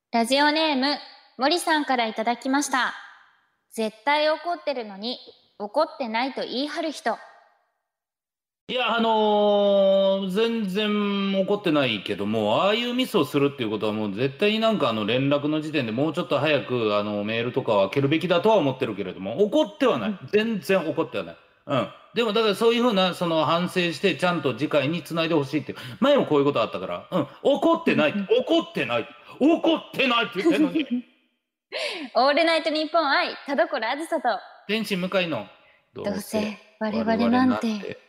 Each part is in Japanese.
ラジオネーム、森さんからいただきました。絶対怒ってるのに、怒ってないと言い張る人。 いや、全然怒ってないけども、ああいうミスをするっていうことはもう絶対に連絡の時点でもうちょっと早くメールとかを開けるべきだとは思ってるけれども、怒ってはない。全然怒ってはない。うん。でもだからそういうふうな、反省してちゃんと次回につないでほしいって。前もこういうことあったから、うん。怒ってない。怒ってない。怒ってないって言ってんのに。 オールナイトニッポン愛、田所あずさと、 天使向かいの、どどうせうせ我々 我々 なんて。 なんて。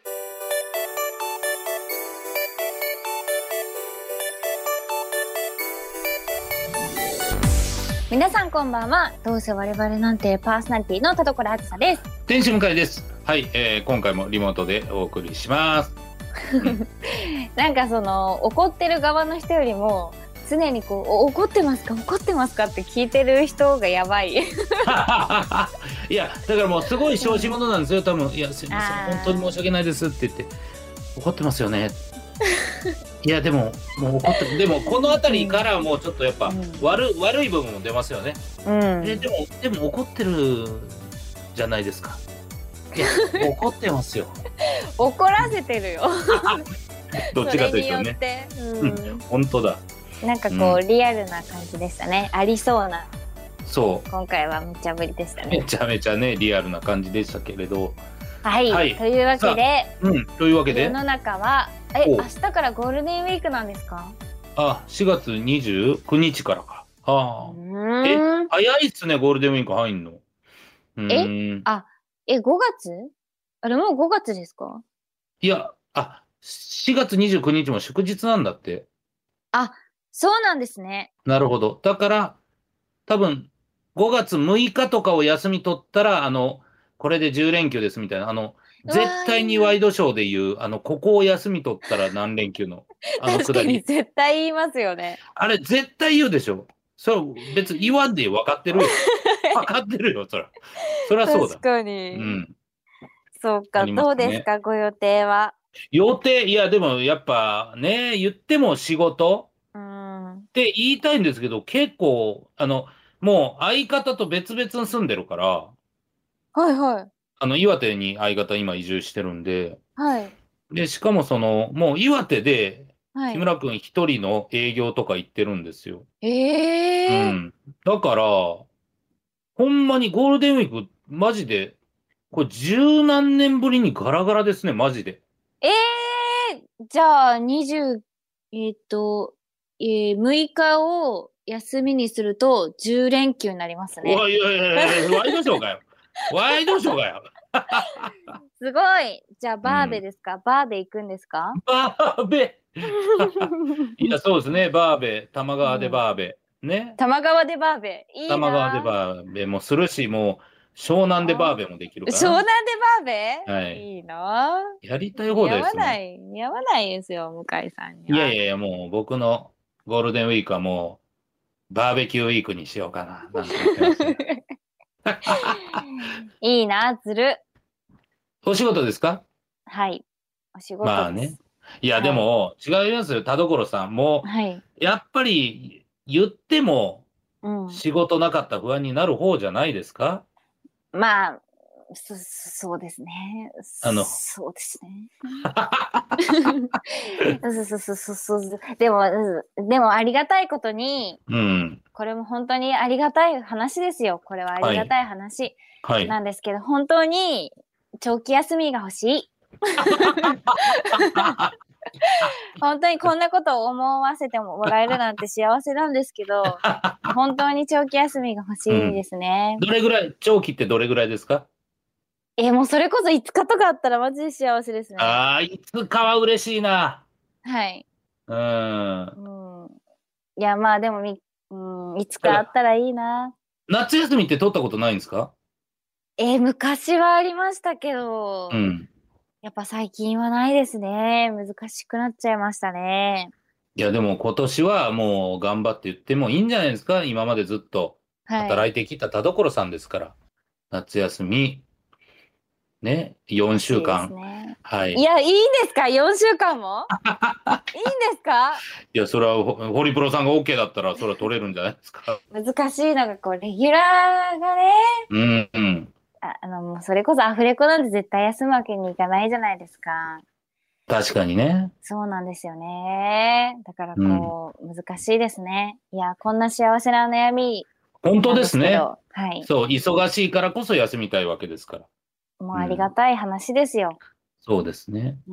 皆さんこんばんは。どうせ我々なんてパーソナリティの田所あずさです。 天使向かいです。はい、今回もリモートでお送りします。 怒ってる側の人よりも常に怒ってますか怒ってますかって聞いてる人がやばい。 いや、だからもうすごい小心者なんですよ、多分。いや、すいません、本当に申し訳ないですって言って、怒ってますよね。いや、でも、もう怒ってる。でも、この辺りからもうちょっとやっぱ、悪い部分も出ますよね。でも怒ってるじゃないですか。いや、怒ってますよ。 怒らせてるよ。 どっちかというとね。 それによって、 本当だ。 リアルな感じでしたね。ありそうな。 そう。 今回は無茶ぶりでしたね。 めちゃめちゃね、リアルな感じでしたけれど。 はい。というわけで、世の中は、明日からゴールデンウィークなんですか？ あ、4月29日からか。早いっすね、ゴールデンウィーク入んの。 5月？あれもう5月ですか？ いや、4月29日も祝日なんだって。 あ、そうなんですね。 なるほど。だから、多分、5月6日とかを休み取ったら、これで10連休ですみたいな、絶対にワイドショーで言う、ここを休み取ったら何連休の、 確かに絶対言いますよね。 あれ、絶対言うでしょ。そう、別に言わんで分かってるよ。分かってるよ、そら。そりゃそうだ。 確かに。 うん。 そうか、どうですか、ご予定は。 予定、いや、でもやっぱね、言っても仕事って言いたいんですけど、結構、もう相方と別々に住んでるから、 はいはい。 岩手に相方今移住してるんで、 はい。 で、しかももう岩手で、 はい。 木村くん一人の営業とか行ってるんですよ。うええん。だから、ほんまにゴールデンウィーク、マジで、これ十何年ぶりにガラガラですね、マジで。 ええじゃあ、6日を休みにすると10連休になりますね。 いやいやいや、ワイドショーかよ。ワイドショーかよ。 すごい。じゃあ、バーベですか？バーベ行くんですか？ バーベ。いや、そうですね、バーベ。玉川でバーベ。ね。 玉川でバーベ。いい玉川でな。 バーベもするし、もう、湘南でバーベもできるか湘南でら。 バーベはい。 いいな。 やりたい放題ですもん。 似合わないですよ、向井さんには。 いやいやいや、もう僕のゴールデンウィークはもう、バーベキューウィークにしようかな、なんて言ってますね。 いいな、ずる。 お仕事ですか？ はい。お仕まあね。 事です。 いや、ではい。 も、違いますよ、田所さん。もはい。 う、やっぱり、言っても、 うん。 仕事なかった不安になる方じゃないですか？ まあ、そうですね。 あの、 そうですね。でもありがたいことに、 うん。 これも本当にありがたい話ですよ。これはありはい。 がたい話はい。 なんですけど、本当に長期休みが欲しい。本当にこんなことを思わせてもらえるなんて幸せなんですけど、本当に長期休みが欲しうん。 いですね。 どれぐらい、長期ってどれぐらいですか？ もうそれこそ5日とかあったらマジで幸せですね。 ああー、いつかは嬉しいな。 はい。 うん。 うん。いや、まあでもいつだから、 かあったらいいな。 夏休みって取ったことないんですか？ 昔はありましたけど、 うん。 やっぱ最近はないですね。難しくなっちゃいましたね。 いや、でも今年はもう頑張って言ってもいいんじゃないですか？今までずっとはい。 働いてきた田所さんですから。夏休み。 ね、4 らしいです週間。 ね。 はい。 いや、いいんですか ?4 週間もいいんですか？ いや、それはホリプロさんが OK だったら、それは取れるんじゃないですか。 難しいのが、こう、レギュラーがね、 うん、うん。 もうそれこそアフレコなんて絶対休むわけにいかないじゃないですか。 確かにね。 そうなんですよね。だからうん。 こう、難しいですね。いや、こんな幸せな悩み本当なんでですね。 すけど、はい。 そう、忙しいからこそ休みたいわけですから。 もうありがうん。 たい話ですよ。 そうですね。 うん。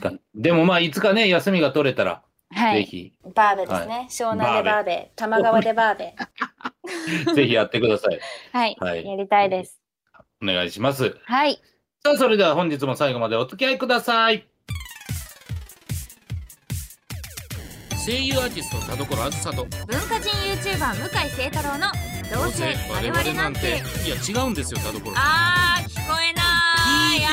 確かに。でもまあ、いつかね、休みが取れたら、 はい。 ぜひ、 バーベですはい。 ね。湘南でバーベ。 バーベ、玉川でバーベ。 ぜひやってください。 はい。 はい。 やりたいぜひです。 お願いします。 はい。 さあ、それでは本日も最後までお付き合いください。声優アーティスト田所あずさと、 文化人 YouTuber 向井聖太郎のどうせ我々なんて。 いや違うんですよ田所。 聞こえない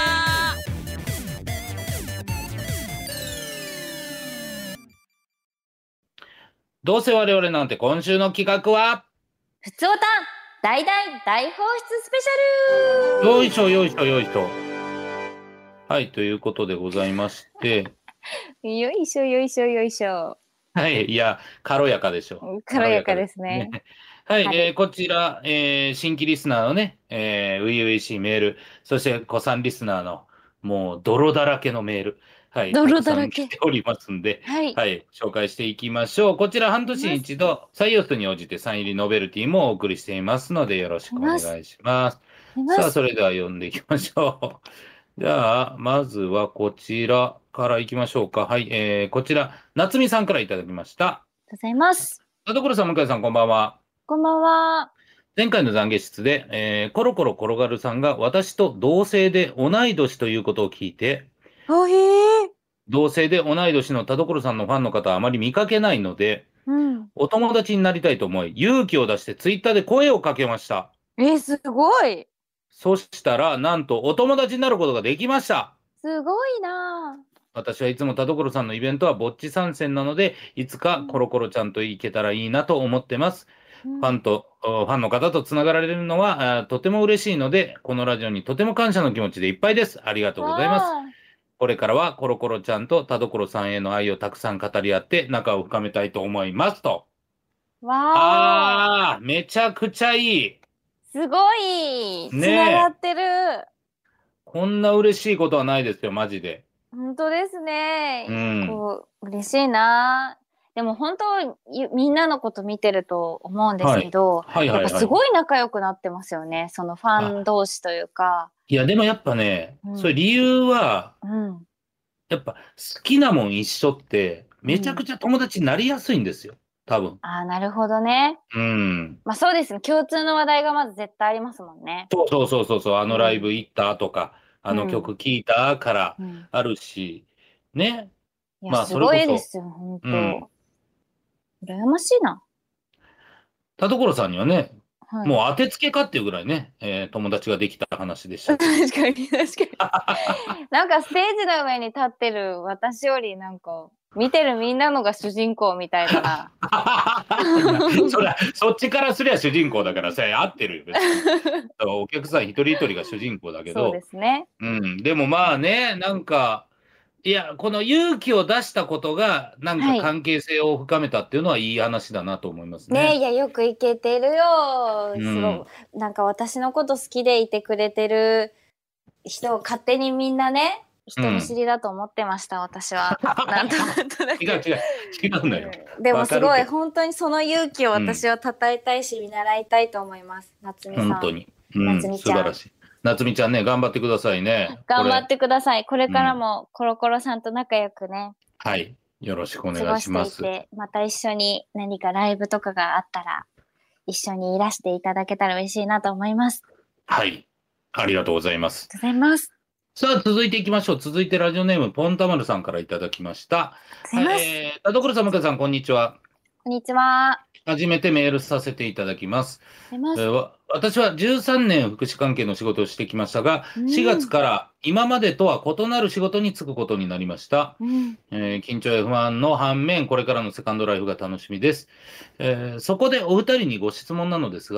どうせ我々なんて、今週の企画は、 ふつおた大大大放出スペシャル。 よいしょよいしょよいしょ。はい、ということでございまして、 よいしょよいしょよいしょ。 はい、いや、軽やかでしょう。 軽やかでですね。 すね。はい、 はい。 こちら、新規リスナーのね、初々しいメール、そして古参リスナーの、もう泥だらけのメール、はい、た泥くさだらけ。 ん来ておりますんで、 はい。 はい、紹介していきましょう。こちら、半年にいます。 一度、採用数に応じてサイン入りノベルティもお送りしていますので、よろしくおいます。 願いします。さあ、 います。 それでは読んでいきましょう。じゃあ、まずはこちらからいきましょうか。はい、こちら、夏美さんからいただきました。 ございます。 田所さん、向井さん、こんばんは。 こんばんは。 前回の懺悔室で、コロコロ転がるさんが私と同姓で同い年ということを聞いて、 おへえ。 同姓で同い年の田所さんのファンの方はあまり見かけないので、 うん。 お友達になりたいと思い、勇気を出してツイッターで声をかけました。 すごい。 そしたら、なんとお友達になることができました。 すごいな私はいつも田所さんのイベントはぼっち参戦なので、いつぁ。うん。 かコロコロちゃんと行けたらいいなと思ってます。 うん。 ファンの方とつながられるのはとても嬉しいので、このラジオにとても感謝の気持ちでいっぱいです。ありがとうございます。 わこれからはコロコロちゃんと田所さんへの愛をたくさん語り合って仲を深めたいと思いますと。 ー。わー。 めちゃくちゃいい。 すごい。 ねつながえ。 ってる。 こんな嬉しいことはないですよ、マジで。 本当ですね。 うん。 こう、嬉しいな。でも本当、みんなのこと見てると思うんですはい。 けど、 はいやっぱすはいはい。 ごい仲良くなってますよね。そのファンあ、 同士というか。 いや、でもやっぱね、 うん。 それ理由は、 うん。 やっぱ好きなもん一緒って、めちゃうん。 くちゃ友達になりやすいんですよ。多分。 ああ、なるほどね。 うん。 まあそうですね。共通の話題がまず絶対ありますもんね。 そうそうそうそうそう、あのライうん。 ブ行ったとか、あうん。 の曲聴いたからうん。 あるし、ね。 いや、 まあ、 すごそれこそ、 いですよ。本うん。 当。羨ましいな。 田所さんにはね、 はい。 もう当てつけかっていうぐらいね、友達ができた話でしたけど。 確かに、確かに。なんかステージの上に立ってる私よりなんか、見てるみんなのが主人公みたいだな。 いや、そっちからすりゃ主人公だから、それ合ってるよ、別に。お客さん一人一人が主人公だけそうでど、 すね。 うん、でもまあね、なんか、いや、この勇気を出したことが、なんかはい。 関係性を深めたっていうのはいい話だなと思いますねえ、 ね。 いや、よくいけてるよ。 うん。 すごい。なんか私のこと好きでいてくれてる人を勝手にみんなね、人見知うん。 りだと思ってました、私は。なんとなく。 違う違う、違うんだよ。 でもすごい、 わかるけど。 本当にその勇気をうん。 私は称えたいし、見習いたいと思います。夏美さん。 本当に。う夏ん、 美ちゃん。 素晴らしい。夏美ちゃんね、頑張ってくださいね。これ、 頑張ってください。これうん。 からもコロコロさんと仲良くね、 はい。よろしくお願い過ごしてします。 いて、また一緒に何かライブとかがあったら、一緒にいらしていただけたら嬉しいなと思います。 はい。ありがとうございます。 ありがとうございます。 さあ、続いていきましょう。続いてラジオネーム、ポンタマルさんからいただきました。 ありがとうございます。 田所さん、向井さん、こんにちは。 こんにちは。 初めてメールさせていただきます。 ありがとうございます。 私は13年福祉関係の仕事をしてきましたが、 う 4月ん。 から今までとは異なる仕事に就くことになりました。 うん。 緊張や不安の反面、これからのセカンドライフが楽しみです。そこでお二人にご質問なのですが、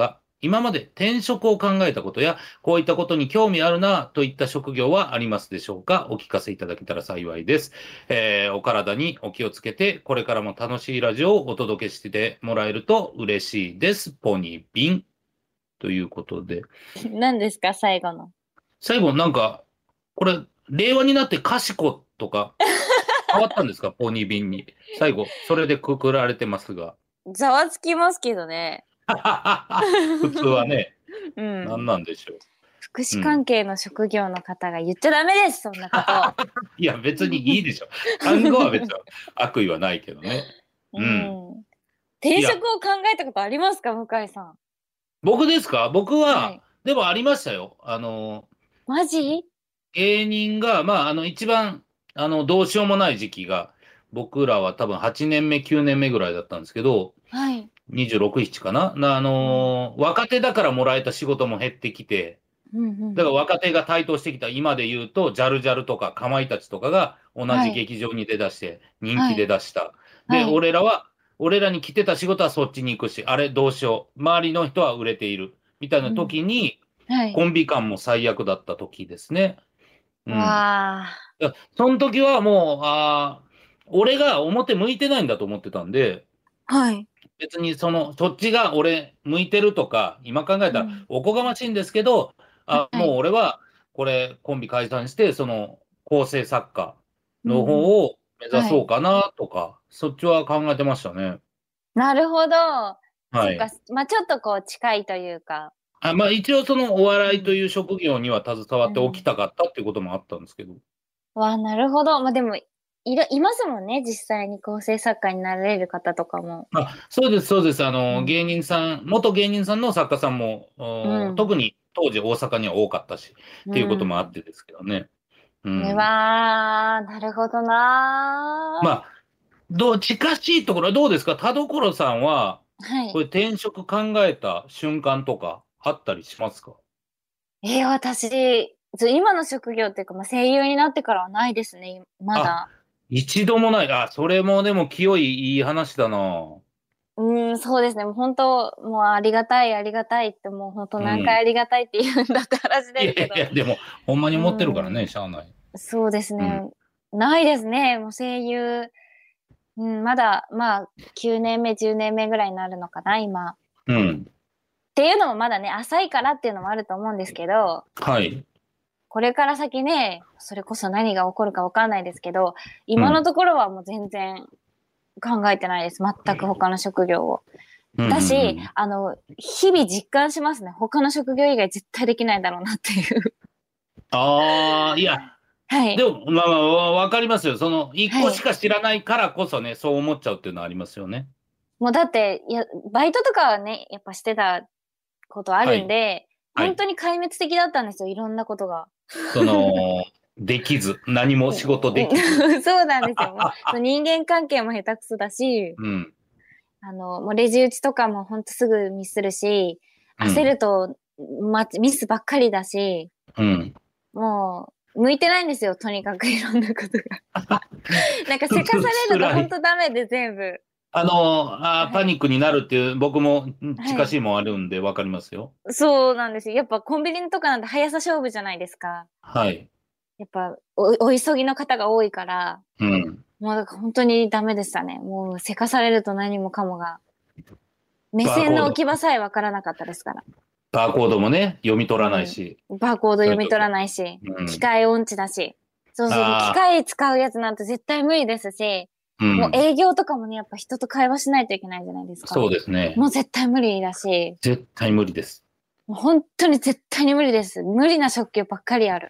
今まで転職を考えたことや、こういったことに興味あるなといった職業はありますでしょうか？お聞かせいただけたら幸いです。お体にお気をつけて、これからも楽しいラジオをお届けしてもらえると嬉しいです。ポニービン。ということで。 何ですか、最後の。 最後、なんか、これ、令和になってかしことか変わったんですか？ポニービンに。最後、それでくくられてますが。 ざわつきますけどね。 普通はね、 う何ん。 なんでしょう。 福祉うん。 関係の職業の方が言っちゃダメです、そんなこと。 いや、別にいいでしょ。単語は別に悪意はないけどね。 ううん。 ん。転いや、 職を考えたことありますか、向井さん。 僕ですか？僕は、 はい。 でもありましたよ。 マジ？ 芸人が、まあ、一番、どうしようもない時期が、僕らは多分8年目、9年目ぐらいだったんですけど、 はい。 26、7かなうん。 若手だからもらえた仕事も減ってきて、 うんうん。 だから若手が台頭してきた今で言うと、ジャルジャルとかかまいたちとかが同じはい。 劇場に出だして人気ではい。 出した。で、 はい。 俺らに来てた仕事はそっちに行くし、あれどうしよう。周りの人は売れている。みたいなうん。 時に、 はい。 コンビ感も最悪だった時ですね。うん。 わあ。 その時はもう、俺が表向いてないんだと思ってたんで、 はい。 別にそっちが俺向いてるとか、今考えたらうん。 おこがましいんですけど、もうはい。 俺はこれコンビ解散して、構成作家のうんうん。 方を目指はい。 そうかなとか、そっちは考えてましたね。 なるほど。そっか。 はい。 まあ、ちょっとこう近いというか。 まあ一応そのお笑いとうん。 いう職業には携わっておきうん。 たかったっていうこともあったんですけど。 わあ、なるほど。まあ、でも、いますもんね。実際に構成作家になれる方とかも。 そうです、そうです。芸うん。 人さん、元芸人さんの作家さんも、 うん。 特に当時大阪には多かったし、っうていうこともあっん。 てですけどね。ううん。 わー、なるほどなまあ、近しいところはどうですか？田所さんは、 ー。はい。 これ転職考えた瞬間とかあったりしますか？ 私、今の職業っていうか、まあ、声優になってからはないですね。まあ、 だ。 一度もない。それもでも清いいい話だな。 そうですね。もう本当、もうありがたい、ありがたいって、もう本当うん。 何回ありがたいって言うんだって話いですけど。 やいや、でも、ほんまにう思ってるからね、 ん。 しゃあない。 そうですうん。 ね。ないですね。もう声優。まだ、まあ、9年目、10年目ぐらいになるのかな、今。っうん。 ていうのもまだね、浅いからっていうのもあると思うんですけど、 はい。 これから先ね、それこそ何が起こるかわかんないですけど、今のうん。 ところはもう全然考えてないです。全く他の職業を。 うん。うん。 だし、 うん。 日々実感しますね。他の職業以外絶対できないだろうなっていう。 いや、 はい。 でも、まあまあ、わかりますよ。一個しはい。 か知らないからこそね、そう思っちゃうっていうのはありますよね。 もうだって、バイトとかはね、やっぱしてたことあはい。 るんで、 はい。 本当に壊滅的だったんですよ。いろんなことが。 その、できず、何も仕事できず。 そうなんですよ。もうそう人間関係も下手くそだし、 うん。 もうレジ打ちとかもほんとすぐミスるし、焦うん。 ると、ミスばっかりだし、 うん。 もう、向いてないんですよ。とにかくいろんなことが。なんかせかされるとほん辛い。 とダメで全部。 パはい。 ニックになるっていう、僕もはい。 近しいもんあるんでわかりますよ。 そうなんですよ。やっぱコンビニとかなんて速さ勝負じゃないですか。 はい。 やっぱお急ぎの方が多いから、 うん。 もうだから本当にダメでしたね。もうせかされると何もかもが。目バーコード。 線の置き場さえわからなかったですから。 バーコードもね、読み取らないうん。 し、 バーコード読み取らそういう時は。 ないし、機うん。 械音痴だし。そうそう、もう機あ械使うやつなんて絶対無理ですし、 うん。 もう営業とかもね、やっぱ人と会話しないといけないじゃないですか。 そうですね。 もう絶対無理だし、 絶対無理です。 もう本当に絶対に無理です。無理な職業ばっかりある。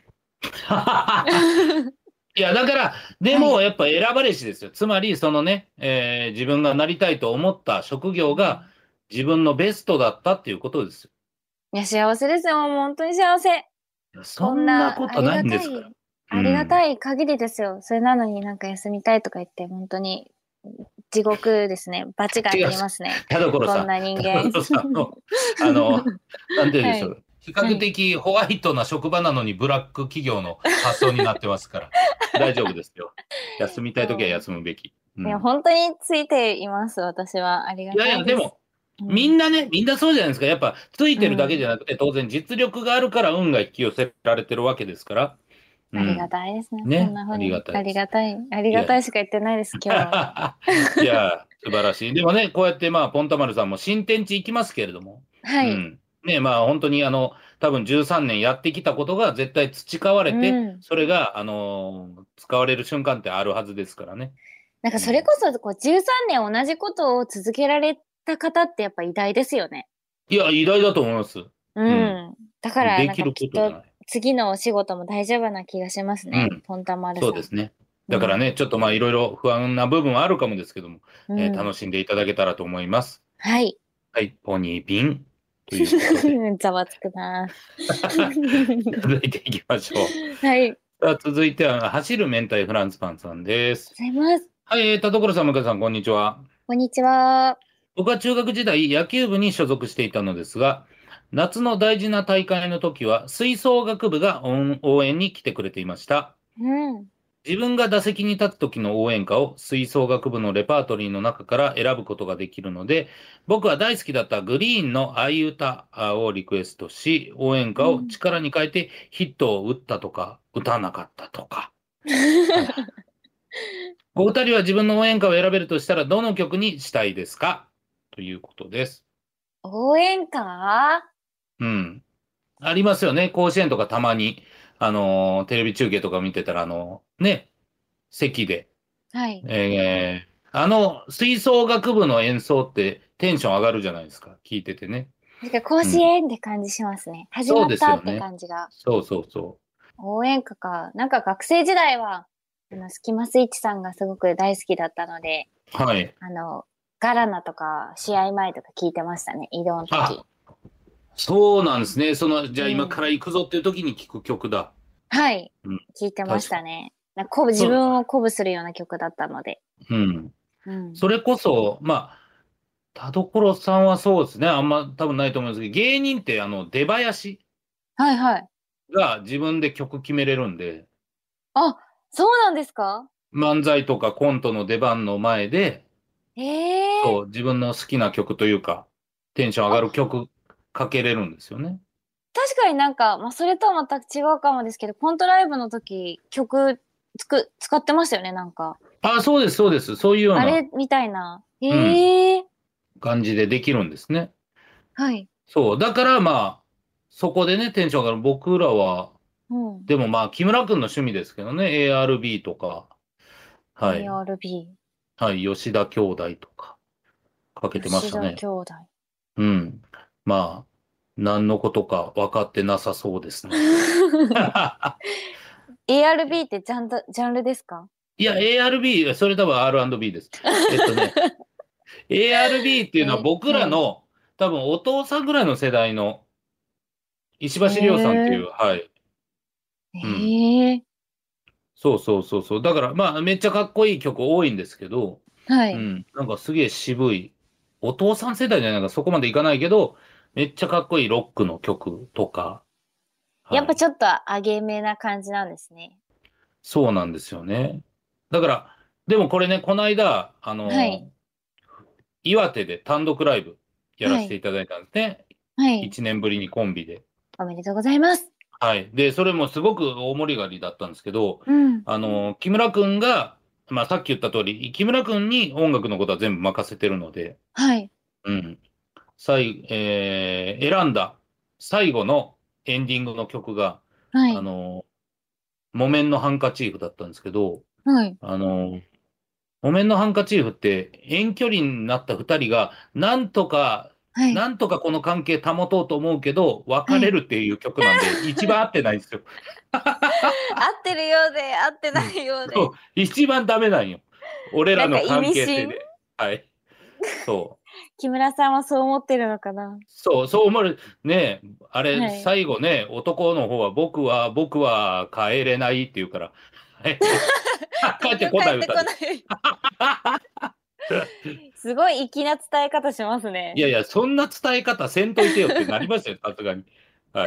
いや、だから、ではい。 もやっぱ選ばれしですよ。つまり、そのね、自分がなりたいと思った職業がうん。 自分のベストだったっていうことですよ。 いや、幸せですよ。もう本当に幸せ。 いやそこんんなな、ありことないがたい、 んですから。うありがたん。 い限りですよ。それなのになんか休みたいとか言って、本当に地獄ですね。罰が当た違う、 りますね。 田所さん。 こんな人間。 田所さんの、あの、なんて言うんではい。 しょう。比はい。 較的ホワイトな職場なのにブラック企業の発想になってますから。大丈夫ですよ。休みたいときはそ休むべき。うう。いや、 ん。 本当についています、私は。ありがいやいや、 たいです。 でも、 みんなね、みんなそうじゃないですか。やっぱ、ついてるだけじゃうなくて、当然実力があるから運が引き寄せられてるわけですから。うありがん。 たいですね。そんね。ありがな風に。あたいです。 りがたい。ありいやいや。 がたいしか言ってないです、今日は。 いや、素晴らしい。でもね、こうやってまあ、ポンタマルさんも新天地行きますけれども、 はい。 うん。ね、まあ、本当に多分13年やってきたことが絶対培われうて、 ん。 それが、使われる瞬間ってあるはずですからね。 なんかそれうん。 こそ、こう、13年同じことを続けられた方ってやっぱ偉大ですよね。 いや、偉大だと思います。 ううん。 ん。だから、なんかできるきっと、 ことじゃない。 次のお仕事も大丈夫な気がしますね。 うん。 ポンタマルさん。 そうですね。 うん。 だからね、ちょっとまあ、いろいろ不安な部分はあるかもですけども、 うん。 楽しんでいただけたらと思います。 はい。 はい、ポニーピンということで。 ざわつくな。 続いていきましょう。 はい。 さあ、続いては、走る明太フランスパンさんです。 ございます。 はい、田所さん、向井さん、こんにちは。 こんにちは。 僕は中学時代、野球部に所属していたのですが、夏の大事な大会の時は、吹奏楽部が応援に来てくれていました。 うん。 自分が打席に立つ時の応援歌を吹奏楽部のレパートリーの中から選ぶことができるので、僕は大好きだったグリーンの愛歌をリクエストし、応援歌をうん。 力に変えてヒットを打ったとか、打たなかったとか。はい。お二人は自分の応援歌を選べるとしたら、どの曲にしたいですかということです。 応援歌うん。ありますよね。甲子園とかたまに、テレビ中継とか見てたら、ね、席で、 はい。 吹奏楽部の演奏ってテンション上がるじゃないですか。聞いててね。 なんか甲子うん。 園って感じしますね。始そうですまったってよね。 感じが。 そうそうそ応援歌か。なんか学生時代は、スキマスイッチさんがすごく大好きだったので、 う。はい。 あの、ガラナとか試合前とか聞いてましたね。移動の時。 あ、そうなんですね。じゃあ今からうん。 行くぞっていう時に聴く曲だ。 はい。 うん。 聞いてまし確かに。 たね。自分を鼓舞するような曲だったので。 うん。 うん。 それこそ、まあ、田所さんはそうですね。あんま多分ないと思うんですけど、芸人って出囃子はいはい。 が自分で曲決めれるんで、 あ、そうなんですか？ 漫才とかコントの出番の前で、 ええそう、自分の好きな曲というか、テンション上がるあ、 曲かけれるんですよね。 確かになんか、まあ、それとは全く違うかもですけど、コントライブの時、曲使ってましたよね、なんか。 あ、そうです、そうです。そういうような、 あれみたいな。 うん、 ええ感じでできるんですね。 はい。 そう。だからまあ、そこでね、テンション上がる。僕らは、 うん。 でもまあ、木村君の趣味ですけどね、ARB とか、はい。 ARB。 はい。吉田兄弟とか、かけてまし吉田たね。 兄弟。 うん。まあ、何のことか分かってなさそうですね。 ARB ってジャンルですか？ いや、ARB、それ多分 R&B です。ね、ARB っていうのは僕はい。 らの多分お父さんぐらいの世代の石へ橋亮さんっていう、 え。 はい。うん。 ええ。 そうそうそうそう。だからまあめっちゃかっこいい曲多いんですけど、 はい。 うん。なんかすげえ渋い。お父さん世代じゃないかそこまでいかないけど、めっちゃかっこいいロックの曲とか、はい。 やっぱちょっと上げめな感じなんですね。 そうなんですよね。だから、でもこれね、この間、 はい。 岩手で単独ライブやらはい。 せていただいたんですね。 はい。 1年ぶりにコンビで。 おめでとうございます。 はい。で、それもすごく大盛り上がりだったんですけど、 うん。 木村くんが、まあさっき言った通り、木村くんに音楽のことは全部任せてるので、 はい。 うん。選んだ最後のエンディングの曲が、 はい。 あの、木綿のハンカチーフだったんですけど、 はい。 あの、木綿のハンカチーフって遠距離になった二人が、 はい。 なんとかこの関係保とうと思うけど、別はい。 れるっていう曲なんで、一番合ってないんですよ。 合ってるようで、合ってなうん。 いようで。 そう、一番ダメなんよ。俺なんか意らの関味深。 係性で。はい。そう。 木村さんはそう思ってるのかな？ そう思う。ねえ、あれ、 はい。 最後ね、男の方は僕は帰れないって言うから、はい帰って結局帰ってここない歌です。 ない。すごい粋な伝え方しますね。 いやいや、そんな伝え方せんといてよってなりましたよ、さすがに。はい。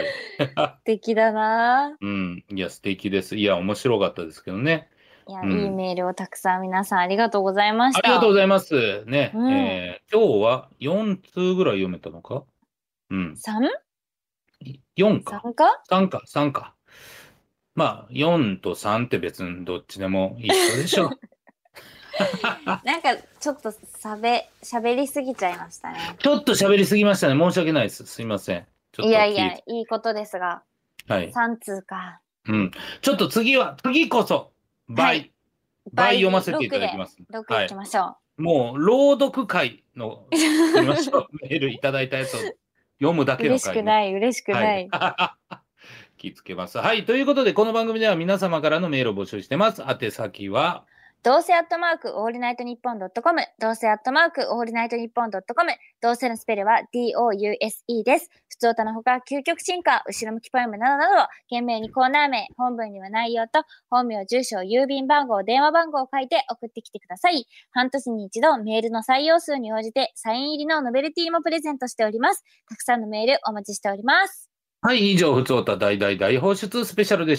素敵だな。 うん。いや、素敵です。いや、面白かったですけどね。 いや、 うんいいメールをたくさん皆さんありがとうございました。 ありがとうございます。ね、 うん今日は4通ぐらい読めたのか。うん。 3?3 4か。 か 3か、3か。まあ、4と3って別にどっちでも一緒でしょう。 なんかちょっと喋りすぎちゃいましたね。 ちょっと喋りすぎましたね。申し訳ないです。すいません。ちょっといやいや、いいことですが、 はい。 3通か。 うん。ちょっと次こそ、倍読ませていただきます。 6 はい。 いきましょもう、朗読会の、作りましょう。メールいただいたやつを読むだう。 けの会ね。 嬉しくない、嬉しくない。 はい。気付けます。はい。ということで、この番組では皆様からのメールを募集してます。宛先は、 どうせアットマークオールナイトニッポンドットコム、どうせアットマークオールナイトニッポンドットコム、どうせのスペルは DOUSE です。普通歌のほか、究極進化、後ろ向きポエムなどなど、懸命にコーナー名、本文には内容と、本名、住所、郵便番号、電話番号を書いて送ってきてください。半年に一度、メールの採用数に応じて、サイン入りのノベルティもプレゼントしております。たくさんのメールお待ちしております。 はい。以上、ふつおた大大大放出スペシャルでした。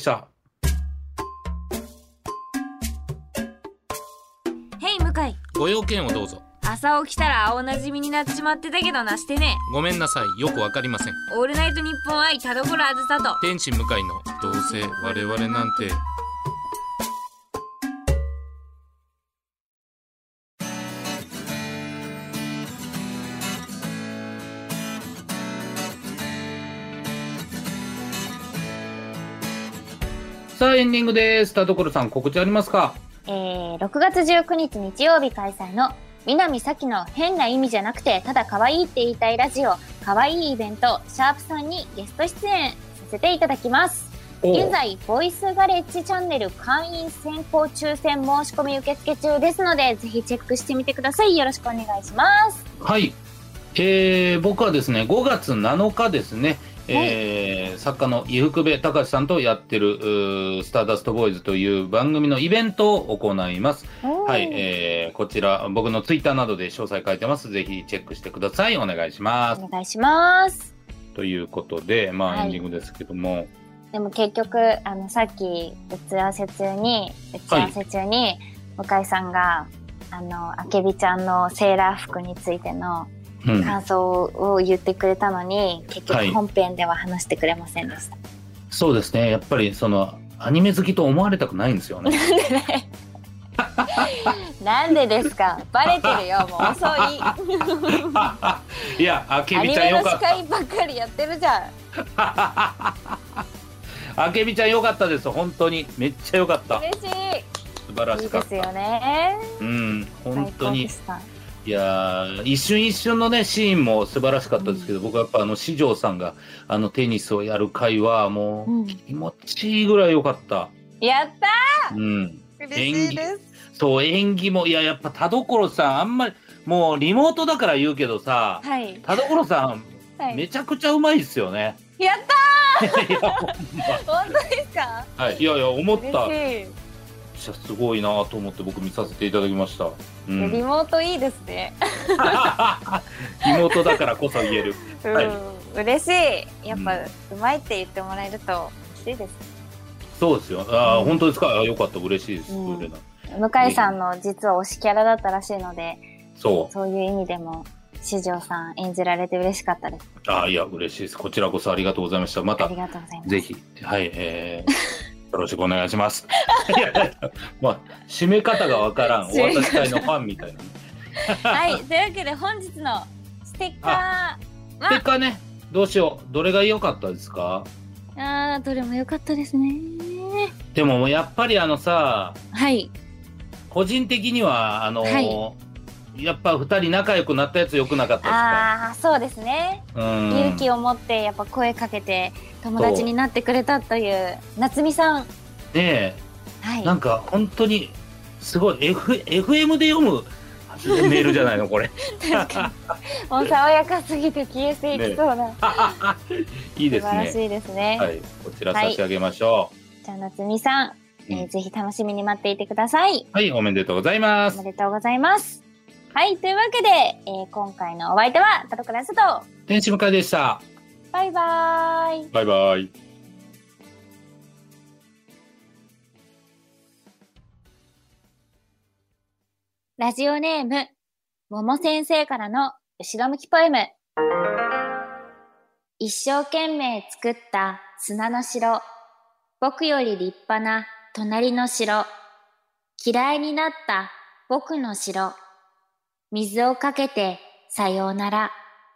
へい、向井。 ご用件をどうぞ。 朝起きたら青なじみになってしまってたけどなしてね。 ごめんなさい、よくわかりません。 オールナイトニッポン愛田所あずさと。 天使向かいのどうせ我々なんて。 さあ、エンディングです。田所さん、告知ありますか？ 6月19日日曜日開催の南咲の変な意味じゃなくてただ可愛いって言いたいラジオ可愛いイベントシャープさんにゲスト出演させていただきます。現在ボイスガレッジチャンネル会員先行抽選申し込み受付中ですのでぜひチェックしてみてください。よろしくお願いします。 はい。僕はですね、5月7日ですね、作家の伊福部隆さんとやってるスターダストボーイズという番組のイベントを行います。はい、こちら僕のツイッターなどで詳細書いてます。ぜひチェックしてください。お願いします。 お願いします。 ということで、まあエンディングですけども、 でも結局さっき打ち合わせ中に向井さんがあけびちゃんのセーラー服についての感想を言ってくれたのに、結局本編では話してくれませんでした。 そうですね。やっぱりそのアニメ好きと思われたくないんですよね。 なんでですか。バレてるよ。もう遅い。 いや、あけびちゃんよかった。 アニメの司会ばっかりやってるじゃん。 あけびちゃんよかったです。本当にめっちゃよかった。 嬉しい。 素晴らしかった。 いいですよね。 うん、本当に。 最高でした。 いや一瞬一瞬のねシーンも素晴らしかったですけど、僕はやっぱ四条さんがテニスをやる回はもう気持ちいいぐらい良かった。 やったー。 うん。 嬉しいです。 そう、演技もやっぱ田所さんあんまりもうリモートだから言うけどさ、 はい、 田所さん、はい、めちゃくちゃうまいですよね。 やったー。 いや本当ですか？ はい、いや思った。 嬉しい。 すごいなと思って僕見させていただきました。 うん、リモートいいですね。 リモートだからこそ言える。 はい、嬉しい。やっぱ、うまいって言ってもらえると嬉しいです。 そうですよ。本当ですか。よかった。嬉しいです。向井さんの実は推しキャラだったらしいので、そういう意味でも四条さん演じられて嬉しかったです。 いや嬉しいです。こちらこそありがとうございました。またありがとうございます。 ぜひよろしくお願いします。まあ締め方がわからん。お渡し会のファンみたいな。はい。というわけで本日のステッカーはステッカーね。どうしよう。どれが良かったですか？ どれも良かったですね。 でもやっぱりさ、 はい。 個人的にはやっぱ2人仲良くなったやつ良くなかったですか？ そうですね。勇気を持ってやっぱ声かけて友達になってくれたという夏美さん。 ねえ、 はい、 なんか本当にすごい、FM で読むメールじゃないのこれ。 確かに。もう爽やかすぎて消えていきそうな。 いいですね。 素晴らしいですね。 はい、こちら差し上げましょう。じゃあ夏美さん、ぜひ楽しみに待っていてください。 はい、おめでとうございます。 おめでとうございます。はい、というわけで、今回のお相手は田所康人、 天使向井でした。 バイバーイ。 バイバイ。 ラジオネーム、もも先生からの後ろ向きポエム。一生懸命作った砂の城。僕より立派な隣の城。嫌いになった僕の城。水をかけてさようなら。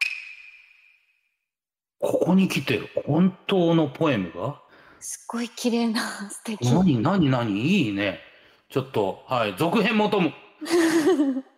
ここに来てる本当のポエムがすっごい綺麗な、素敵。 何いいね。ちょっと、はい、続編求む。